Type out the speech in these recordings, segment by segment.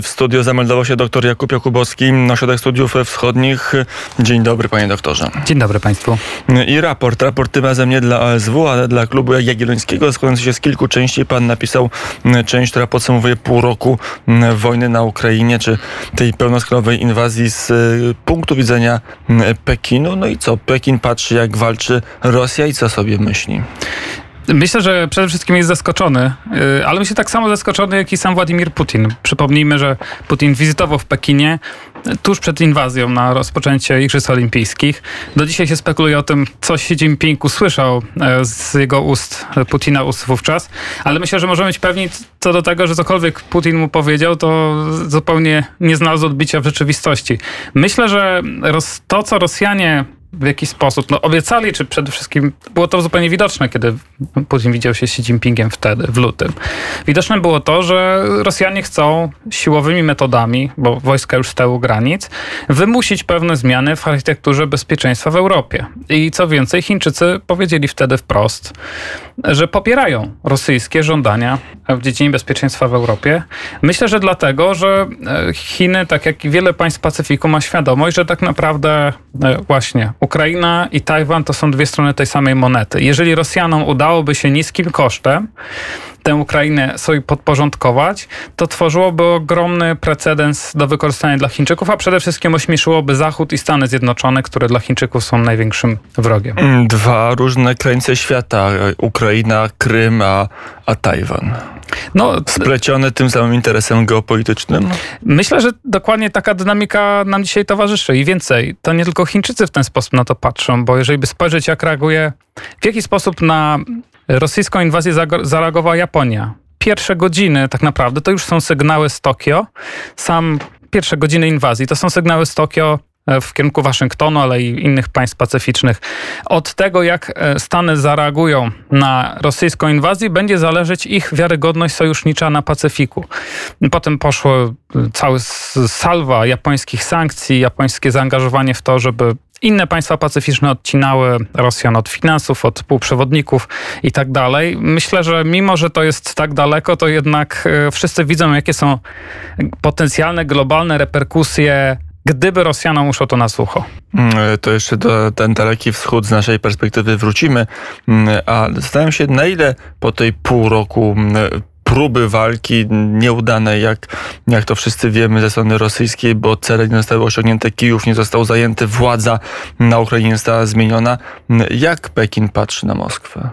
W studio zameldował się dr Jakub Jakubowski, Ośrodek Studiów Wschodnich. Dzień dobry, panie doktorze. Dzień dobry państwu. I raport tym razem nie dla OSW, ale dla Klubu Jagiellońskiego, składający się z kilku części. Pan napisał część, która podsumowuje pół roku wojny na Ukrainie, czy tej pełnoskalowej inwazji z punktu widzenia Pekinu. No i co? Pekin patrzy, jak walczy Rosja i co sobie myśli? Myślę, że przede wszystkim jest zaskoczony, ale myślę tak samo zaskoczony, jak i sam Władimir Putin. Przypomnijmy, że Putin wizytował w Pekinie tuż przed inwazją na rozpoczęcie Igrzysk Olimpijskich. Do dzisiaj się spekuluje o tym, co Xi Jinping usłyszał z jego ust, Putina ust wówczas, ale myślę, że możemy być pewni co do tego, że cokolwiek Putin mu powiedział, to zupełnie nie znalazło odbicia w rzeczywistości. Myślę, że to, co Rosjanie w jakiś sposób obiecali, czy przede wszystkim było to zupełnie widoczne, kiedy Putin widział się z Xi Jinpingiem wtedy, w lutym. Widoczne było to, że Rosjanie chcą siłowymi metodami, bo wojska już stały u granic, wymusić pewne zmiany w architekturze bezpieczeństwa w Europie. I co więcej, Chińczycy powiedzieli wtedy wprost, że popierają rosyjskie żądania w dziedzinie bezpieczeństwa w Europie. Myślę, że dlatego, że Chiny, tak jak i wiele państw Pacyfiku, ma świadomość, że tak naprawdę właśnie Ukraina i Tajwan to są dwie strony tej samej monety. Jeżeli Rosjanom udałoby się niskim kosztem tę Ukrainę sobie podporządkować, to tworzyłoby ogromny precedens do wykorzystania dla Chińczyków, a przede wszystkim ośmieszyłoby Zachód i Stany Zjednoczone, które dla Chińczyków są największym wrogiem. Dwa różne krańce świata. Ukraina, Krym, a Tajwan. Splecione tym samym interesem geopolitycznym? Myślę, że dokładnie taka dynamika nam dzisiaj towarzyszy. I więcej, to nie tylko Chińczycy w ten sposób na to patrzą, bo jeżeli by spojrzeć, jak reaguje, w jaki sposób na rosyjską inwazję zareagowała Japonia. Pierwsze godziny tak naprawdę to już są sygnały z Tokio. Pierwsze godziny inwazji to są sygnały z Tokio w kierunku Waszyngtonu, ale i innych państw pacyficznych. Od tego, jak Stany zareagują na rosyjską inwazję, będzie zależeć ich wiarygodność sojusznicza na Pacyfiku. Potem poszło cała salwa japońskich sankcji, japońskie zaangażowanie w to, żeby inne państwa pacyficzne odcinały Rosjan od finansów, od półprzewodników i tak dalej. Myślę, że mimo, że to jest tak daleko, to jednak wszyscy widzą, jakie są potencjalne globalne reperkusje, gdyby Rosjanom uszło to na sucho. To jeszcze do ten daleki wschód z naszej perspektywy wrócimy, a zastanawiam się, na ile po tej pół roku próby walki nieudanej, jak to wszyscy wiemy, ze strony rosyjskiej, bo cele nie zostały osiągnięte, Kijów nie został zajęty, władza na Ukrainie nie została zmieniona. Jak Pekin patrzy na Moskwę?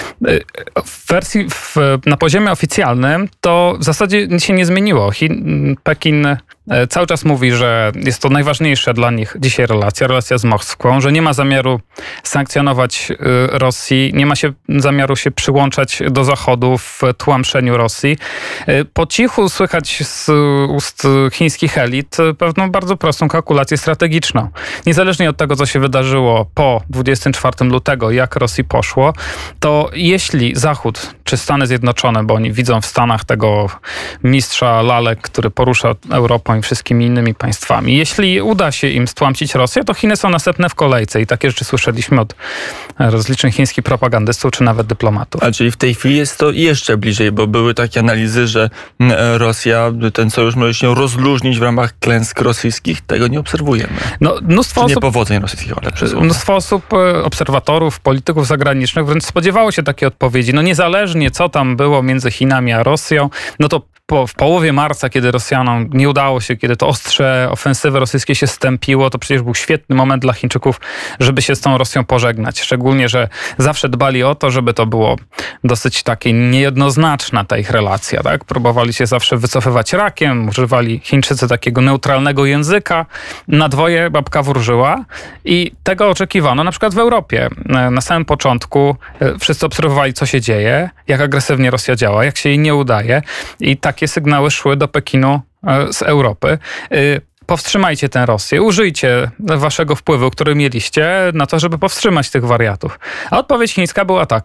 Na poziomie oficjalnym to w zasadzie nic się nie zmieniło. Pekin cały czas mówi, że jest to najważniejsza dla nich dzisiaj relacja z Moskwą, że nie ma zamiaru sankcjonować Rosji, nie ma zamiaru się przyłączać do Zachodu w tłamszeniu Rosji. Po cichu słychać z ust chińskich elit pewną bardzo prostą kalkulację strategiczną. Niezależnie od tego, co się wydarzyło po 24 lutego, jak Rosji poszło, to jeśli Zachód czy Stany Zjednoczone, bo oni widzą w Stanach tego mistrza lalek, który porusza Europą i wszystkimi innymi państwami. Jeśli uda się im stłamsić Rosję, to Chiny są następne w kolejce i takie rzeczy słyszeliśmy od rozlicznych chińskich propagandystów czy nawet dyplomatów. A czyli w tej chwili jest to jeszcze bliżej, bo były takie analizy, że Rosja, ten sojusz może się rozluźnić w ramach klęsk rosyjskich. Tego nie obserwujemy. Niepowodzeń rosyjskich, ale mnóstwo osób, obserwatorów, polityków zagranicznych wręcz spodziewało się takiej odpowiedzi. Niezależnie co tam było między Chinami a Rosją, to w połowie marca, kiedy Rosjanom nie udało się, kiedy to ostrze ofensywy rosyjskie się stępiło, to przecież był świetny moment dla Chińczyków, żeby się z tą Rosją pożegnać. Szczególnie, że zawsze dbali o to, żeby to było dosyć takie niejednoznaczna ta ich relacja. Tak? Próbowali się zawsze wycofywać rakiem, używali Chińczycy takiego neutralnego języka. Na dwoje babka wróżyła i tego oczekiwano na przykład w Europie. Na samym początku wszyscy obserwowali, co się dzieje, jak agresywnie Rosja działa, jak się jej nie udaje i takie sygnały szły do Pekinu z Europy. Powstrzymajcie tę Rosję, użyjcie waszego wpływu, który mieliście na to, żeby powstrzymać tych wariatów. A odpowiedź chińska była taka,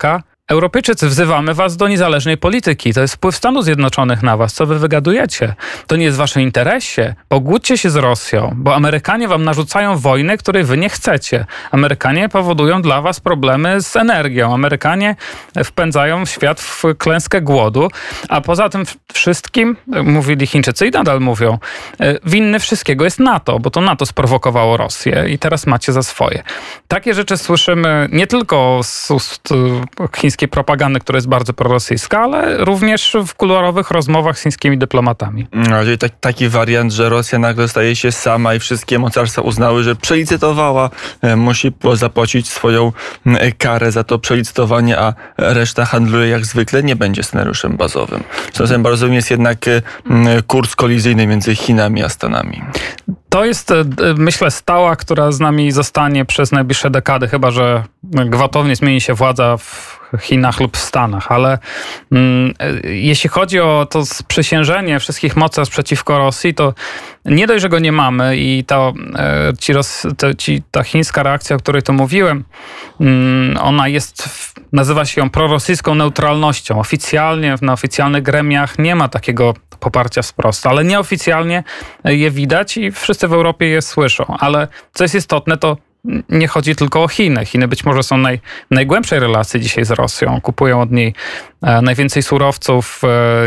Europejczycy, wzywamy was do niezależnej polityki. To jest wpływ Stanów Zjednoczonych na was. Co wy wygadujecie? To nie jest w waszym interesie. Pogódźcie się z Rosją, bo Amerykanie wam narzucają wojnę, której wy nie chcecie. Amerykanie powodują dla was problemy z energią. Amerykanie wpędzają świat w klęskę głodu, a poza tym wszystkim, mówili Chińczycy i nadal mówią, winny wszystkiego jest NATO, bo to NATO sprowokowało Rosję i teraz macie za swoje. Takie rzeczy słyszymy nie tylko z ust chińskiej propagandy, która jest bardzo prorosyjska, ale również w kuluarowych rozmowach z chińskimi dyplomatami. Czyli taki wariant, że Rosja nagle staje się sama i wszystkie mocarstwa uznały, że przelicytowała, musi zapłacić swoją karę za to przelicytowanie, a reszta handluje jak zwykle, nie będzie scenariuszem bazowym. Scenariuszem bazowym jest jednak kurs kolizyjny między Chinami a Stanami. To jest, myślę, stała, która z nami zostanie przez najbliższe dekady, chyba że gwałtownie zmieni się władza w Chinach lub w Stanach, ale jeśli chodzi o to sprzysiężenie wszystkich mocarstw przeciwko Rosji, to nie dość, że go nie mamy i ta chińska reakcja, o której tu mówiłem, ona nazywa się ją prorosyjską neutralnością. Oficjalnie, na oficjalnych gremiach nie ma takiego poparcia wprost, ale nieoficjalnie je widać i wszyscy w Europie je słyszą. Ale co jest istotne, to nie chodzi tylko o Chiny. Chiny być może są najgłębszej relacji dzisiaj z Rosją. Kupują od niej najwięcej surowców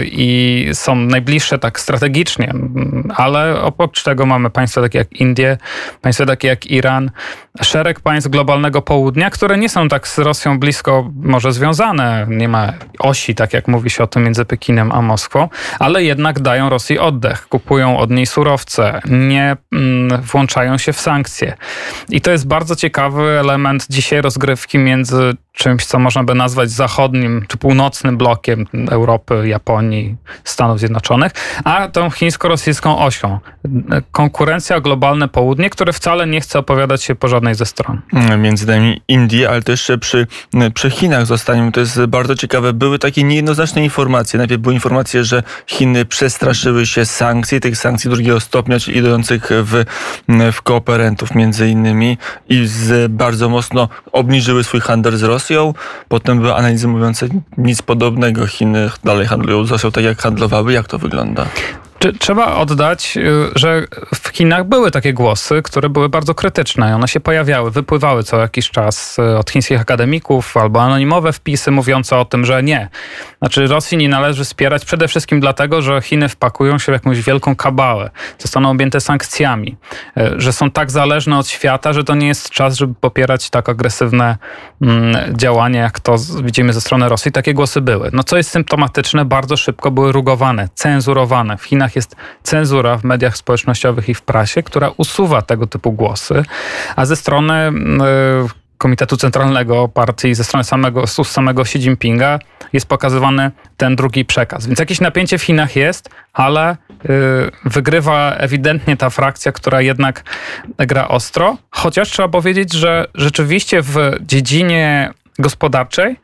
i są najbliższe tak strategicznie. Ale oprócz tego mamy państwa takie jak Indie, państwa takie jak Iran, szereg państw globalnego południa, które nie są tak z Rosją blisko może związane. Nie ma osi, tak jak mówi się o tym między Pekinem a Moskwą, ale jednak dają Rosji oddech. Kupują od niej surowce, nie włączają się w sankcje. I to jest bardzo ciekawy element dzisiaj rozgrywki między czymś, co można by nazwać zachodnim czy północnym blokiem Europy, Japonii, Stanów Zjednoczonych, a tą chińsko-rosyjską osią. Konkurencja o globalne południe, które wcale nie chce opowiadać się po żadnej ze stron. Między innymi Indii, ale też przy Chinach zostaniemy. To jest bardzo ciekawe. Były takie niejednoznaczne informacje. Najpierw były informacje, że Chiny przestraszyły się sankcji, tych sankcji drugiego stopnia, czyli idących w kooperantów między innymi i bardzo mocno obniżyły swój handel z Rosją. Potem były analizy mówiące nic podobnego. Chiny dalej handlują z Rosją tak, jak handlowały. Jak to wygląda? Trzeba oddać, że w Chinach były takie głosy, które były bardzo krytyczne. One się pojawiały, wypływały co jakiś czas od chińskich akademików albo anonimowe wpisy mówiące o tym, że nie. Znaczy Rosji nie należy wspierać przede wszystkim dlatego, że Chiny wpakują się w jakąś wielką kabałę, zostaną objęte sankcjami, że są tak zależne od świata, że to nie jest czas, żeby popierać tak agresywne działania, jak to widzimy ze strony Rosji. Takie głosy były. No co jest symptomatyczne, bardzo szybko były rugowane, cenzurowane. W Chinach jest cenzura w mediach społecznościowych i w prasie, która usuwa tego typu głosy, a ze strony Komitetu Centralnego Partii, ze strony samego Xi Jinpinga jest pokazywany ten drugi przekaz. Więc jakieś napięcie w Chinach jest, ale wygrywa ewidentnie ta frakcja, która jednak gra ostro, chociaż trzeba powiedzieć, że rzeczywiście w dziedzinie gospodarczej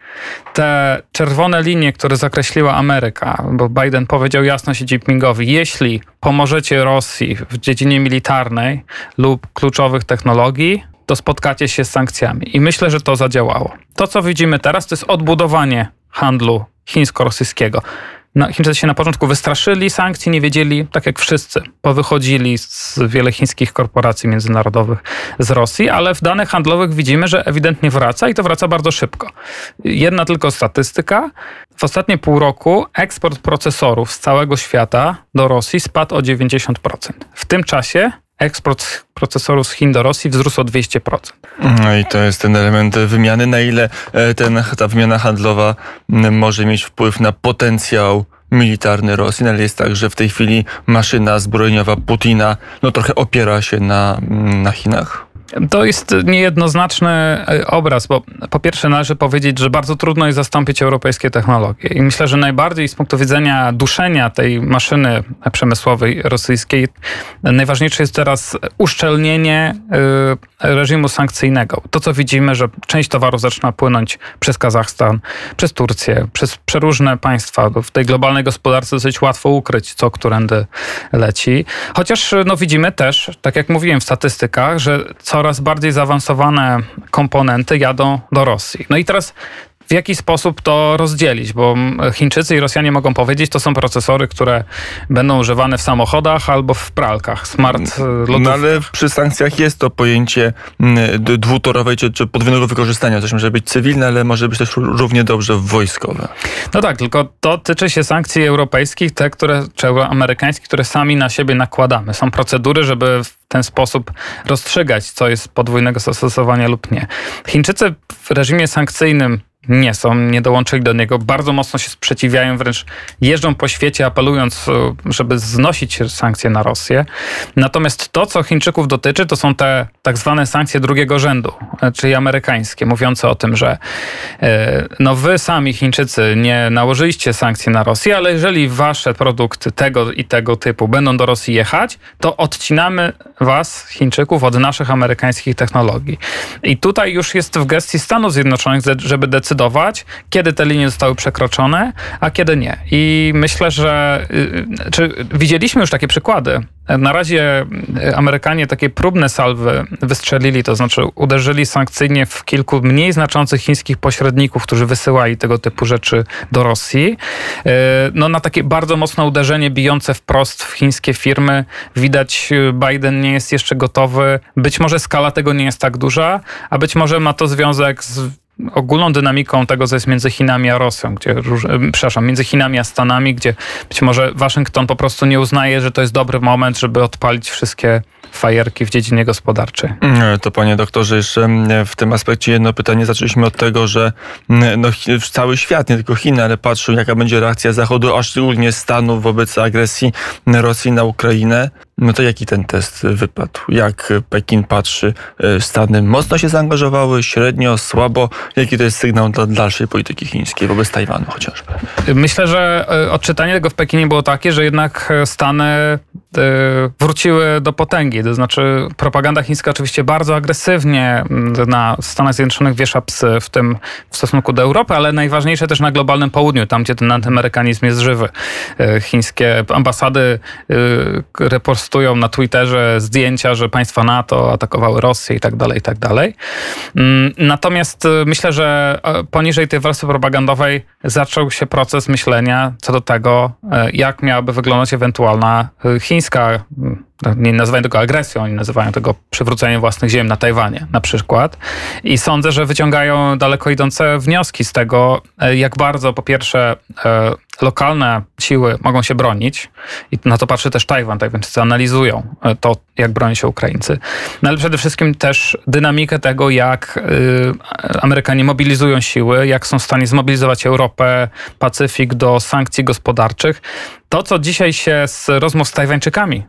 te czerwone linie, które zakreśliła Ameryka, bo Biden powiedział jasno Xi Jinpingowi, jeśli pomożecie Rosji w dziedzinie militarnej lub kluczowych technologii, to spotkacie się z sankcjami. I myślę, że to zadziałało. To, co widzimy teraz, to jest odbudowanie handlu chińsko-rosyjskiego. Chińczycy się na początku wystraszyli sankcji, nie wiedzieli, tak jak wszyscy, powychodzili z wiele chińskich korporacji międzynarodowych z Rosji, ale w danych handlowych widzimy, że ewidentnie wraca i to wraca bardzo szybko. Jedna tylko statystyka. W ostatnie pół roku eksport procesorów z całego świata do Rosji spadł o 90%. W tym czasie eksport procesorów z Chin do Rosji wzrósł o 200%. No i to jest ten element wymiany. Na ile ta wymiana handlowa może mieć wpływ na potencjał militarny Rosji? Na ile jest tak, że w tej chwili maszyna zbrojeniowa Putina trochę opiera się na Chinach? To jest niejednoznaczny obraz, bo po pierwsze należy powiedzieć, że bardzo trudno jest zastąpić europejskie technologie. I myślę, że najbardziej z punktu widzenia duszenia tej maszyny przemysłowej rosyjskiej najważniejsze jest teraz uszczelnienie reżimu sankcyjnego. To, co widzimy, że część towarów zaczyna płynąć przez Kazachstan, przez Turcję, przez przeróżne państwa. W tej globalnej gospodarce dosyć łatwo ukryć, co którędy leci. Chociaż widzimy też, tak jak mówiłem w statystykach, że coraz bardziej zaawansowane komponenty jadą do Rosji. No i teraz w jaki sposób to rozdzielić, bo Chińczycy i Rosjanie mogą powiedzieć, to są procesory, które będą używane w samochodach albo w pralkach, lotówkach. No ale przy sankcjach jest to pojęcie dwutorowej czy podwójnego wykorzystania. Coś może być cywilne, ale może być też równie dobrze wojskowe. No tak, tylko to tyczy się sankcji europejskich, czy amerykańskich, które sami na siebie nakładamy. Są procedury, żeby w ten sposób rozstrzygać, co jest podwójnego zastosowania lub nie. Chińczycy w reżimie sankcyjnym nie dołączyli do niego, bardzo mocno się sprzeciwiają, wręcz jeżdżą po świecie apelując, żeby znosić sankcje na Rosję. Natomiast to, co Chińczyków dotyczy, to są te tak zwane sankcje drugiego rzędu, czyli amerykańskie, mówiące o tym, że no wy sami Chińczycy nie nałożyliście sankcji na Rosję, ale jeżeli wasze produkty tego i tego typu będą do Rosji jechać, to odcinamy was, Chińczyków, od naszych amerykańskich technologii. I tutaj już jest w gestii Stanów Zjednoczonych, żeby decydować, kiedy te linie zostały przekroczone, a kiedy nie. I myślę, że widzieliśmy już takie przykłady. Na razie Amerykanie takie próbne salwy wystrzelili, to znaczy uderzyli sankcyjnie w kilku mniej znaczących chińskich pośredników, którzy wysyłali tego typu rzeczy do Rosji. No na takie bardzo mocne uderzenie bijące wprost w chińskie firmy. Widać, Biden nie jest jeszcze gotowy. Być może skala tego nie jest tak duża, a być może ma to związek z ogólną dynamiką tego, co jest między Chinami a Rosją, między Chinami a Stanami, gdzie być może Waszyngton po prostu nie uznaje, że to jest dobry moment, żeby odpalić wszystkie fajerki w dziedzinie gospodarczej. To panie doktorze, jeszcze w tym aspekcie jedno pytanie. Zaczęliśmy od tego, że cały świat, nie tylko Chiny, ale patrzył, jaka będzie reakcja Zachodu, a szczególnie Stanów wobec agresji Rosji na Ukrainę. No to jaki ten test wypadł? Jak Pekin patrzy? Stany mocno się zaangażowały, średnio, słabo? Jaki to jest sygnał dla dalszej polityki chińskiej wobec Tajwanu chociażby? Myślę, że odczytanie tego w Pekinie było takie, że jednak Stany wróciły do potęgi. To znaczy propaganda chińska oczywiście bardzo agresywnie na Stanach Zjednoczonych wiesza psy, w tym w stosunku do Europy, ale najważniejsze też na globalnym południu, tam gdzie ten antyamerykanizm jest żywy. Chińskie ambasady repostują na Twitterze zdjęcia, że państwa NATO atakowały Rosję i tak dalej, i tak dalej. Natomiast myślę, że poniżej tej warstwy propagandowej zaczął się proces myślenia co do tego, jak miałaby wyglądać ewentualna chińska, nie nazywają tego agresją, oni nazywają tego przywróceniem własnych ziem na Tajwanie na przykład. I sądzę, że wyciągają daleko idące wnioski z tego, jak bardzo po pierwsze lokalne siły mogą się bronić i na to patrzy też Tajwan. Tajwańczycy analizują to, jak bronią się Ukraińcy. No ale przede wszystkim też dynamikę tego, jak Amerykanie mobilizują siły, jak są w stanie zmobilizować Europę, Pacyfik do sankcji gospodarczych. To, co dzisiaj się z rozmów z Tajwańczykami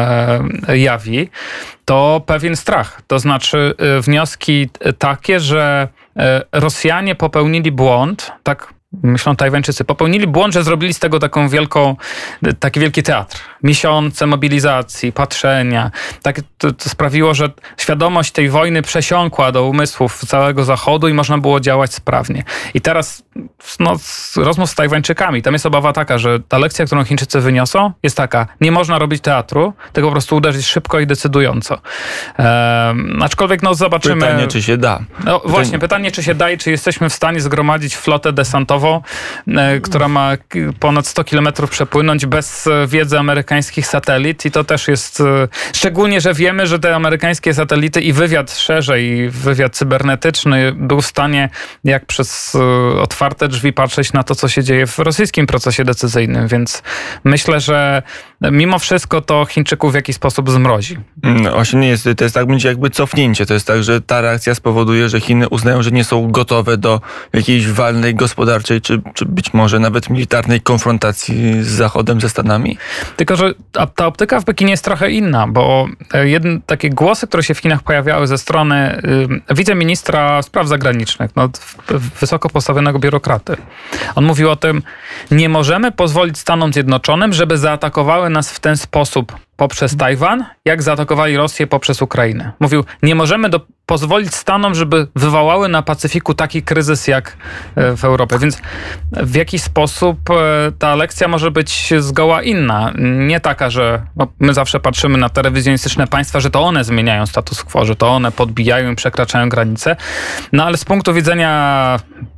jawi, to pewien strach. To znaczy wnioski takie, że Rosjanie popełnili błąd, tak myślą Tajwańczycy, popełnili błąd, że zrobili z tego taki wielki teatr. Miesiące mobilizacji, patrzenia. To sprawiło, że świadomość tej wojny przesiąkła do umysłów całego Zachodu i można było działać sprawnie. I teraz z rozmów z Tajwańczykami, tam jest obawa taka, że ta lekcja, którą Chińczycy wyniosą, jest taka, nie można robić teatru, tylko po prostu uderzyć szybko i decydująco. Aczkolwiek zobaczymy... Pytanie, czy się da. No właśnie, pytanie, czy się da i czy jesteśmy w stanie zgromadzić flotę desantową, która ma ponad 100 kilometrów przepłynąć bez wiedzy amerykańskich satelit i to też jest, szczególnie, że wiemy, że te amerykańskie satelity i wywiad szerzej, i wywiad cybernetyczny był w stanie jak przez otwarte drzwi patrzeć na to, co się dzieje w rosyjskim procesie decyzyjnym, więc myślę, że mimo wszystko to Chińczyków w jakiś sposób zmrozi. No właśnie nie jest, to jest tak, będzie jakby cofnięcie, to jest tak, że ta reakcja spowoduje, że Chiny uznają, że nie są gotowe do jakiejś walnej gospodarczej, czy być może nawet militarnej konfrontacji z Zachodem, ze Stanami? Tylko, że ta optyka w Pekinie jest trochę inna, bo takie głosy, które się w Chinach pojawiały ze strony wiceministra spraw zagranicznych, wysoko postawionego biurokraty. On mówił o tym, nie możemy pozwolić Stanom Zjednoczonym, żeby zaatakowały nas w ten sposób poprzez Tajwan, jak zaatakowali Rosję poprzez Ukrainę. Mówił, nie możemy pozwolić Stanom, żeby wywołały na Pacyfiku taki kryzys jak w Europie. Więc w jakiś sposób ta lekcja może być zgoła inna. Nie taka, że my zawsze patrzymy na telewizjonistyczne państwa, że to one zmieniają status quo, że to one podbijają i przekraczają granice. No ale z punktu widzenia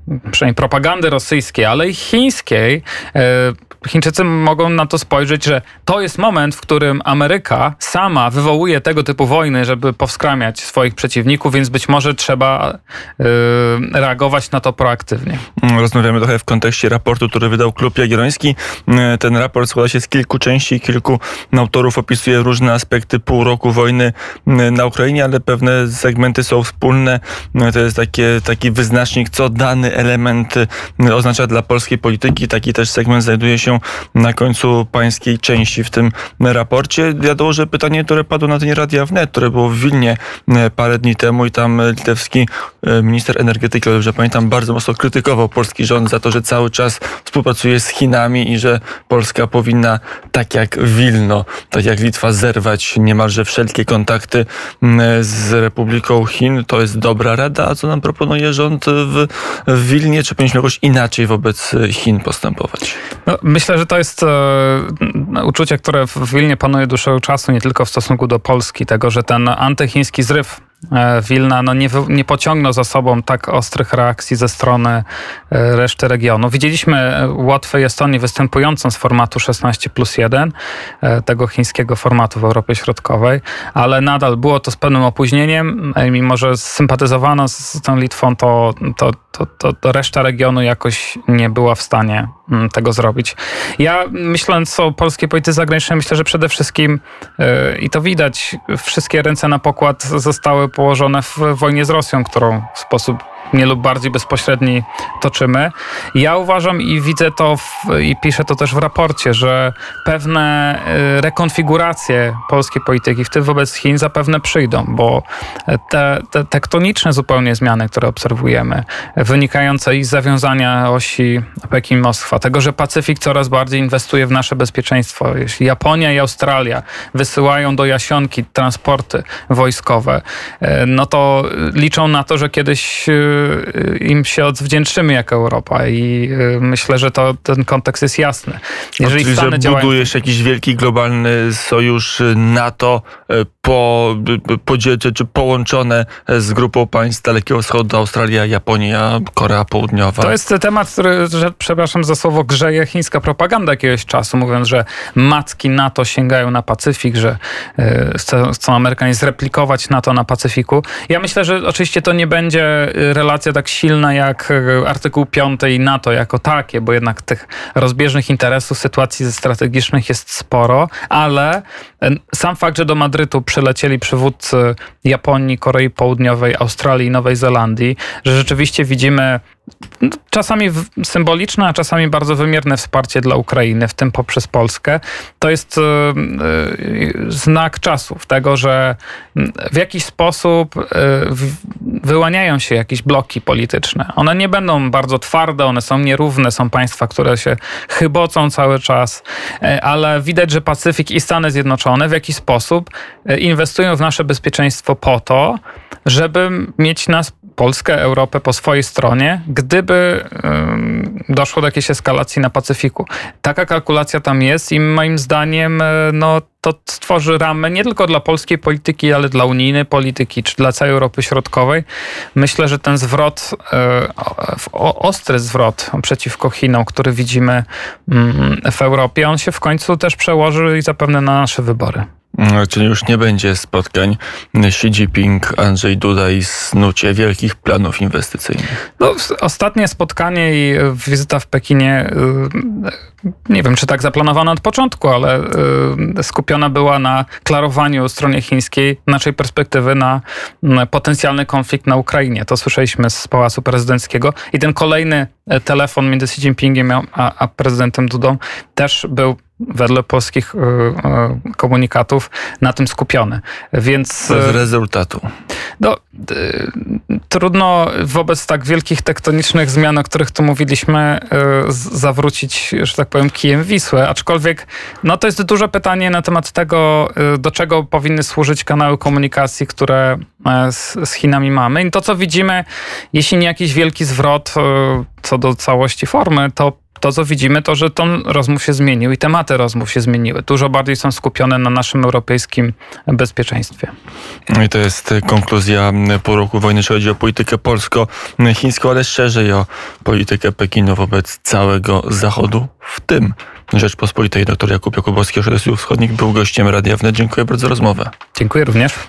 przynajmniej propagandy rosyjskiej, ale i chińskiej, Chińczycy mogą na to spojrzeć, że to jest moment, w którym Ameryka sama wywołuje tego typu wojny, żeby powskramiać swoich przeciwników, więc być może trzeba reagować na to proaktywnie. Rozmawiamy trochę w kontekście raportu, który wydał Klub Jagielloński. Ten raport składa się z kilku części, kilku autorów opisuje różne aspekty pół roku wojny na Ukrainie, ale pewne segmenty są wspólne. To jest taki wyznacznik, co dany element oznacza dla polskiej polityki. Taki też segment znajduje się na końcu pańskiej części w tym raporcie. Ja dołożę pytanie, które padło na antenie Radia Wnet, które było w Wilnie parę dni temu i tam litewski minister energetyki, o dobrze pamiętam, bardzo mocno krytykował polski rząd za to, że cały czas współpracuje z Chinami i że Polska powinna, tak jak Wilno, tak jak Litwa, zerwać niemalże wszelkie kontakty z Republiką Chin. To jest dobra rada. A co nam proponuje rząd w Wilnie? Czy powinniśmy jakoś inaczej wobec Chin postępować? No, myślę, że to jest uczucie, które w Wilnie panuje dłuższego czasu, nie tylko w stosunku do Polski, tego, że ten antychiński zryw Wilna nie pociągnął za sobą tak ostrych reakcji ze strony reszty regionu. Widzieliśmy Łotwę i Estonię występującą z formatu 16+1, tego chińskiego formatu w Europie Środkowej, ale nadal było to z pewnym opóźnieniem. Mimo że sympatyzowano z tą Litwą, to reszta regionu jakoś nie była w stanie tego zrobić. Ja, myśląc o polskiej polityce zagranicznej, myślę, że przede wszystkim, i to widać, wszystkie ręce na pokład zostały położone w wojnie z Rosją, którą w sposób mniej lub bardziej bezpośredni toczymy. Ja uważam i widzę to i piszę to też w raporcie, że pewne rekonfiguracje polskiej polityki, w tym wobec Chin, zapewne przyjdą, bo te tektoniczne zupełnie zmiany, które obserwujemy, wynikające i z zawiązania osi Pekin-Moskwa, tego, że Pacyfik coraz bardziej inwestuje w nasze bezpieczeństwo. Jeśli Japonia i Australia wysyłają do Jasionki transporty wojskowe, no to liczą na to, że kiedyś im się odwdzięczymy jako Europa i myślę, że ten kontekst jest jasny. Jeżeli czyli, Stany budujesz jakiś wielki globalny sojusz NATO czy połączone z grupą państw Dalekiego Wschodu, Australia, Japonia, Korea Południowa. To jest temat, który, przepraszam za słowo, grzeje chińska propaganda jakiegoś czasu, mówiąc, że macki NATO sięgają na Pacyfik, że chcą Amerykanie zreplikować NATO na Pacyfiku. Ja myślę, że oczywiście to nie będzie relacja tak silna jak artykuł 5 NATO jako takie, bo jednak tych rozbieżnych interesów, sytuacji strategicznych jest sporo, ale sam fakt, że do Madrytu przylecieli przywódcy Japonii, Korei Południowej, Australii i Nowej Zelandii, że rzeczywiście widzimy czasami symboliczne, a czasami bardzo wymierne wsparcie dla Ukrainy, w tym poprzez Polskę. To jest znak czasów tego, że w jakiś sposób wyłaniają się jakieś bloki polityczne. One nie będą bardzo twarde, one są nierówne, są państwa, które się chybocą cały czas, ale widać, że Pacyfik i Stany Zjednoczone w jakiś sposób inwestują w nasze bezpieczeństwo po to, żeby mieć nas, Polskę, Europę po swojej stronie, gdyby doszło do jakiejś eskalacji na Pacyfiku. Taka kalkulacja tam jest i moim zdaniem to stworzy ramę nie tylko dla polskiej polityki, ale dla unijnej polityki, czy dla całej Europy Środkowej. Myślę, że ten zwrot, ostry zwrot przeciwko Chinom, który widzimy w Europie, on się w końcu też przełoży i zapewne na nasze wybory. Czyli już nie będzie spotkań Xi Jinping, Andrzej Duda i snucie wielkich planów inwestycyjnych. No, ostatnie spotkanie i wizyta w Pekinie, nie wiem, czy tak zaplanowana od początku, ale skupiona była na klarowaniu stronie chińskiej naszej perspektywy na potencjalny konflikt na Ukrainie. To słyszeliśmy z Pałacu Prezydenckiego i ten kolejny telefon między Xi Jinpingiem a prezydentem Dudą też był wedle polskich komunikatów na tym skupiony. Więc bez rezultatu. No, trudno wobec tak wielkich tektonicznych zmian, o których tu mówiliśmy, zawrócić, że tak powiem, kijem Wisłę. Aczkolwiek to jest duże pytanie na temat tego, do czego powinny służyć kanały komunikacji, które z Chinami mamy. I to, co widzimy, jeśli nie jakiś wielki zwrot co do całości formy, to to, co widzimy, to, że ton rozmów się zmienił i tematy rozmów się zmieniły. Dużo bardziej są skupione na naszym europejskim bezpieczeństwie. No i to jest konkluzja pół roku wojny, jeśli chodzi o politykę polsko-chińską, ale szerzej o politykę Pekinu wobec całego Zachodu, w tym Rzeczpospolitej. Dr Jakub Jakubowski, Środków Wschodnich, był gościem Radia Wnet. Dziękuję bardzo za rozmowę. Dziękuję również.